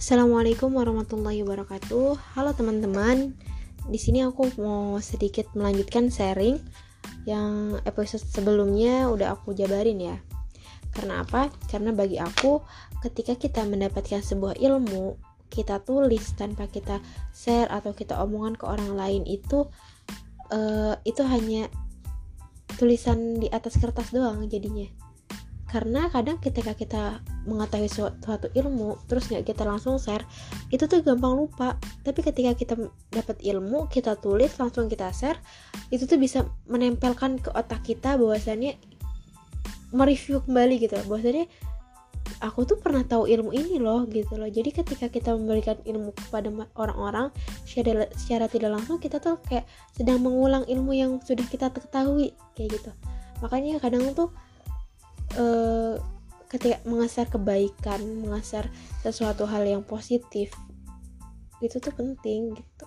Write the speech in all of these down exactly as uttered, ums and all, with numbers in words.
Assalamualaikum warahmatullahi wabarakatuh. Halo teman-teman. Di sini aku mau sedikit melanjutkan sharing yang episode sebelumnya udah aku jabarin ya. Karena apa? Karena bagi aku ketika kita mendapatkan sebuah ilmu, kita tulis tanpa kita share atau kita omongan ke orang lain itu uh, itu hanya tulisan di atas kertas doang jadinya. Karena kadang ketika kita mengetahui suatu ilmu terus gak kita langsung share, itu tuh gampang lupa. Tapi ketika kita dapat ilmu, kita tulis langsung kita share, itu tuh bisa menempelkan ke otak kita bahwasannya mereview kembali gitu, bahwasannya aku tuh pernah tahu ilmu ini loh gitu loh. Jadi ketika kita memberikan ilmu kepada orang-orang secara, secara tidak langsung, kita tuh kayak sedang mengulang ilmu yang sudah kita ketahui kayak gitu. Makanya kadang tuh Uh, ketika mengasar kebaikan, mengasar sesuatu hal yang positif, itu tuh penting gitu.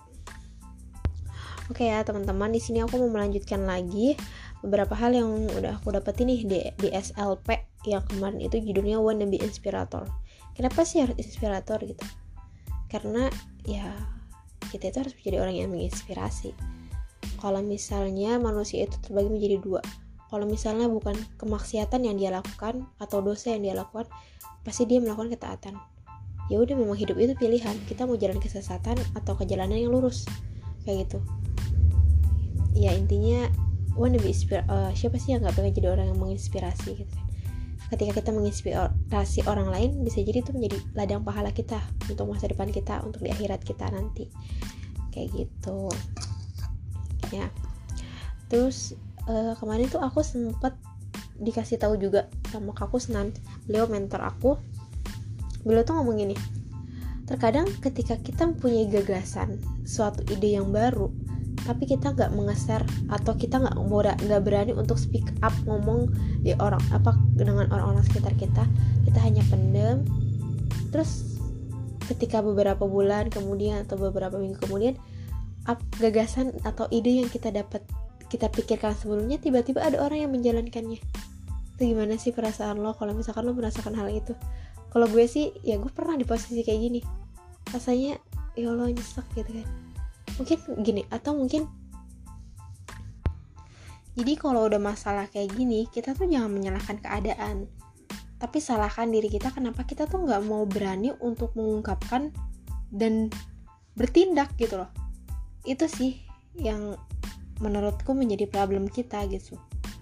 Oke ya teman-teman, di sini aku mau melanjutkan lagi beberapa hal yang udah aku dapetin nih di, di S L P yang kemarin itu judulnya Wanna Be Inspirator. Kenapa sih harus inspirator gitu? Karena ya kita itu harus menjadi orang yang menginspirasi. Kalau misalnya manusia itu terbagi menjadi dua. Kalau misalnya bukan kemaksiatan yang dia lakukan atau dosa yang dia lakukan, pasti dia melakukan ketaatan. Ya udah, memang hidup itu pilihan. Kita mau jalan kesesatan atau ke jalanan yang lurus, kayak gitu. Ya intinya, wanna be inspira- uh, siapa sih yang nggak pengen jadi orang yang menginspirasi gitu kan? Ketika kita menginspirasi orang lain, bisa jadi itu menjadi ladang pahala kita untuk masa depan kita, untuk di akhirat kita nanti, kayak gitu. Ya, terus Uh, kemarin tuh aku sempat dikasih tahu juga sama Kak Kusnan, beliau mentor aku. Beliau tuh ngomong gini, terkadang ketika kita mempunyai gagasan suatu ide yang baru, tapi kita nggak mengeser atau kita nggak nggak berani untuk speak up ngomong di orang apa dengan orang-orang sekitar kita, kita hanya pendem. Terus ketika beberapa bulan kemudian atau beberapa minggu kemudian, up, gagasan atau ide yang kita dapat kita pikirkan sebelumnya, tiba-tiba ada orang yang menjalankannya. Itu gimana sih perasaan lo kalau misalkan lo merasakan hal itu? Kalau gue sih, ya gue pernah di posisi kayak gini. Rasanya, ya Allah nyesek gitu kan. Mungkin gini, atau mungkin jadi kalau udah masalah kayak gini, kita tuh jangan menyalahkan keadaan, tapi salahkan diri kita kenapa kita tuh gak mau berani untuk mengungkapkan dan bertindak gitu loh. Itu sih yang menurutku menjadi problem kita gitu.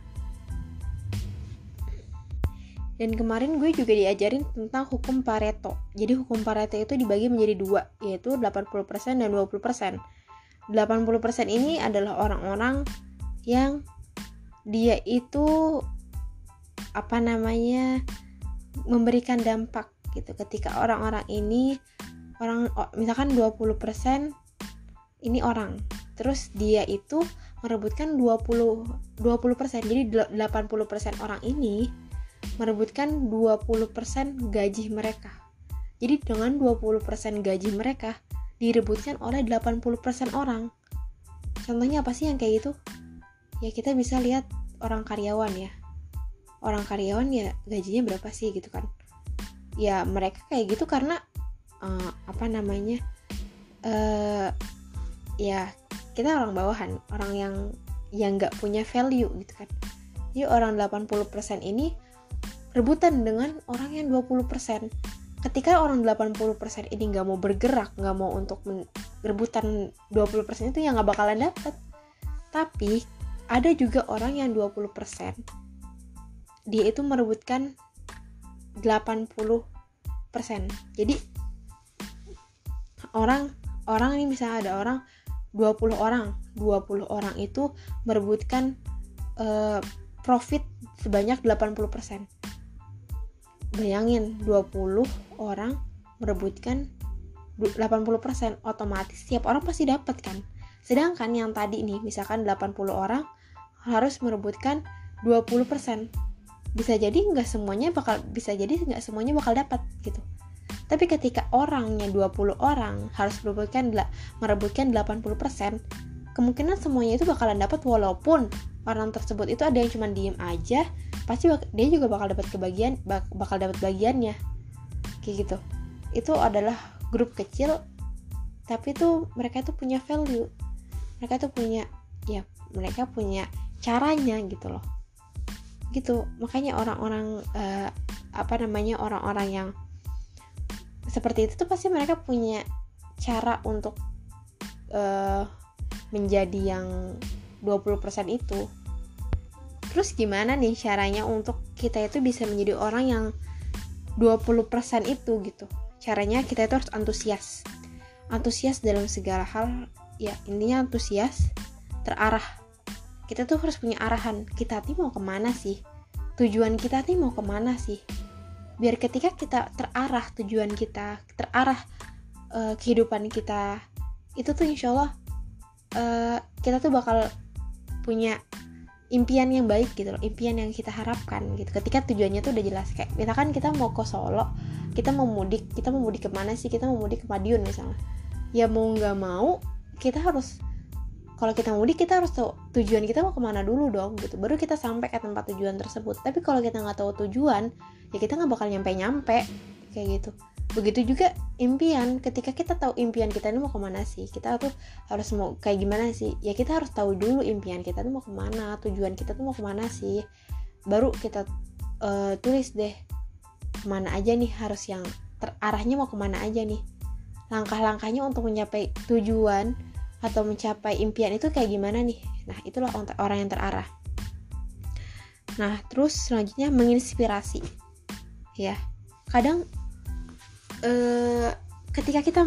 Dan kemarin gue juga diajarin tentang hukum Pareto. Jadi hukum Pareto itu dibagi menjadi dua, yaitu delapan puluh persen dan dua puluh persen. delapan puluh persen ini adalah orang-orang yang dia itu apa namanya memberikan dampak gitu. Ketika orang-orang ini orang misalkan dua puluh persen ini orang, terus dia itu merebutkan dua puluh persen. Jadi delapan puluh persen orang ini merebutkan dua puluh persen gaji mereka. Jadi dengan dua puluh persen gaji mereka direbutkan oleh delapan puluh persen orang. Contohnya apa sih yang kayak gitu? Ya kita bisa lihat orang karyawan ya. Orang karyawan ya gajinya berapa sih gitu kan. Ya mereka kayak gitu karena uh, apa namanya uh, ya kita orang bawahan, orang yang yang nggak punya value gitu kan. Jadi orang delapan puluh persen ini rebutan dengan orang yang dua puluh persen. Ketika orang delapan puluh persen ini nggak mau bergerak, nggak mau untuk men- rebutan dua puluh persen itu, ya nggak bakalan dapat. Tapi ada juga orang yang dua puluh persen dia itu merebutkan delapan puluh persen. Jadi orang orang ini misalnya ada orang dua puluh orang, dua puluh orang itu merebutkan uh, profit sebanyak delapan puluh persen. Bayangin, dua puluh orang merebutkan delapan puluh persen, otomatis setiap orang pasti dapat kan. Sedangkan yang tadi nih, misalkan delapan puluh orang harus merebutkan dua puluh persen. Bisa jadi enggak semuanya bakal bisa jadi enggak semuanya bakal dapat gitu. Tapi ketika orangnya dua puluh orang harus merebutkan merebutkan delapan puluh persen, kemungkinan semuanya itu bakalan dapat, walaupun orang tersebut itu ada yang cuma diem aja, pasti bak- dia juga bakal dapat kebagian bak- bakal dapat bagiannya. Kayak gitu. Itu adalah grup kecil, tapi tuh mereka tuh punya value, mereka tuh punya ya mereka punya caranya gitu loh, gitu. Makanya orang-orang uh, apa namanya orang-orang yang seperti itu tuh pasti mereka punya cara untuk uh, menjadi yang dua puluh persen itu. Terus gimana nih caranya untuk kita itu bisa menjadi orang yang dua puluh persen itu gitu? Caranya kita itu harus antusias. Antusias dalam segala hal, ya intinya antusias, terarah. Kita tuh harus punya arahan, kita tuh mau kemana sih, tujuan kita tuh mau kemana sih, biar ketika kita terarah tujuan kita, terarah uh, kehidupan kita, itu tuh insya Allah uh, kita tuh bakal punya impian yang baik gitu loh, impian yang kita harapkan gitu. Ketika tujuannya tuh udah jelas, kayak misalkan kita mau ke Solo, kita mau mudik, kita mau mudik kemana sih, kita mau mudik ke Madiun misalnya, ya mau nggak mau kita harus, kalau kita mudik kita harus tahu tujuan kita mau kemana dulu dong gitu, baru kita sampai ke tempat tujuan tersebut. Tapi kalau kita nggak tahu tujuan, ya kita nggak bakal nyampe-nyampe kayak gitu. Begitu juga impian, ketika kita tahu impian kita ini mau kemana sih, kita tuh harus mau kayak gimana sih, ya kita harus tahu dulu impian kita tuh mau kemana, tujuan kita tuh mau kemana sih, baru kita uh, tulis deh kemana aja nih, harus yang terarahnya mau kemana aja nih, langkah-langkahnya untuk mencapai tujuan atau mencapai impian itu kayak gimana nih. Nah itulah orang yang terarah. Nah terus selanjutnya menginspirasi. Ya kadang eh, ketika kita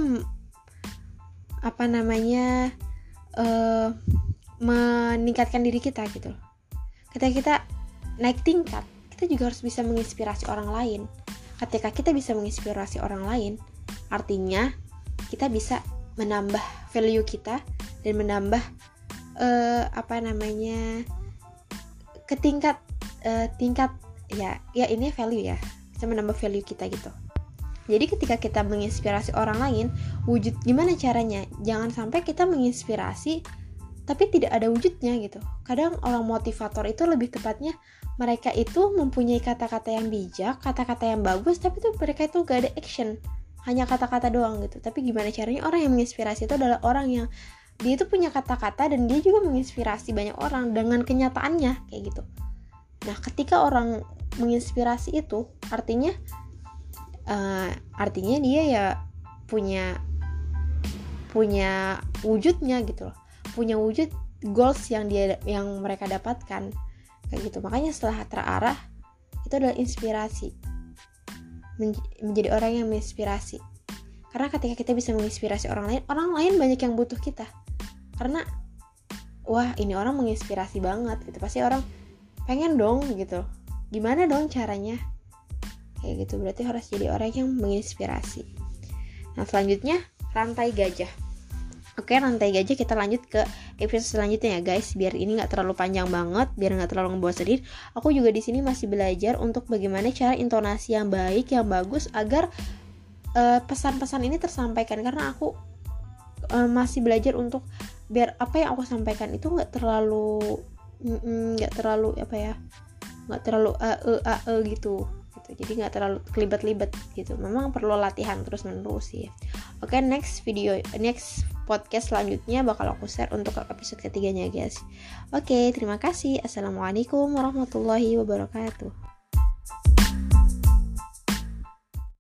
apa namanya eh, meningkatkan diri kita gitu loh, ketika kita naik tingkat, kita juga harus bisa menginspirasi orang lain. Ketika kita bisa menginspirasi orang lain, artinya kita bisa menambah value kita dan menambah uh, apa namanya ke tingkat uh, tingkat ya ya ini value ya, bisa menambah value kita gitu. Jadi ketika kita menginspirasi orang lain, wujud gimana caranya? Jangan sampai kita menginspirasi tapi tidak ada wujudnya gitu. Kadang orang motivator itu lebih tepatnya mereka itu mempunyai kata-kata yang bijak, kata-kata yang bagus, tapi tuh mereka itu gak ada action, hanya kata-kata doang gitu. Tapi gimana caranya? Orang yang menginspirasi itu adalah orang yang dia itu punya kata-kata dan dia juga menginspirasi banyak orang dengan kenyataannya kayak gitu. Nah ketika orang menginspirasi itu artinya uh, artinya dia ya punya punya wujudnya gitu loh, punya wujud goals yang dia yang mereka dapatkan kayak gitu. Makanya setelah terarah itu adalah inspirasi, menjadi orang yang menginspirasi. Karena ketika kita bisa menginspirasi orang lain, orang lain banyak yang butuh kita. Karena wah ini orang menginspirasi banget gitu, pasti orang pengen dong gitu, gimana dong caranya kayak gitu. Berarti harus jadi orang yang menginspirasi. Nah selanjutnya rantai gajah. Oke, rantai gajah kita lanjut ke episode selanjutnya ya guys, biar ini nggak terlalu panjang banget, biar nggak terlalu ngebosenin. Aku juga di sini masih belajar untuk bagaimana cara intonasi yang baik, yang bagus agar uh, pesan-pesan ini tersampaikan. Karena aku uh, masih belajar untuk biar apa yang aku sampaikan itu nggak terlalu nggak terlalu apa ya, nggak terlalu a e a e gitu. Jadi nggak terlalu kelibet-libet gitu. Memang perlu latihan terus menerus sih. Oke, okay, next video, next podcast selanjutnya bakal aku share untuk episode ketiganya guys. Oke, okay, terima kasih. Assalamualaikum warahmatullahi wabarakatuh.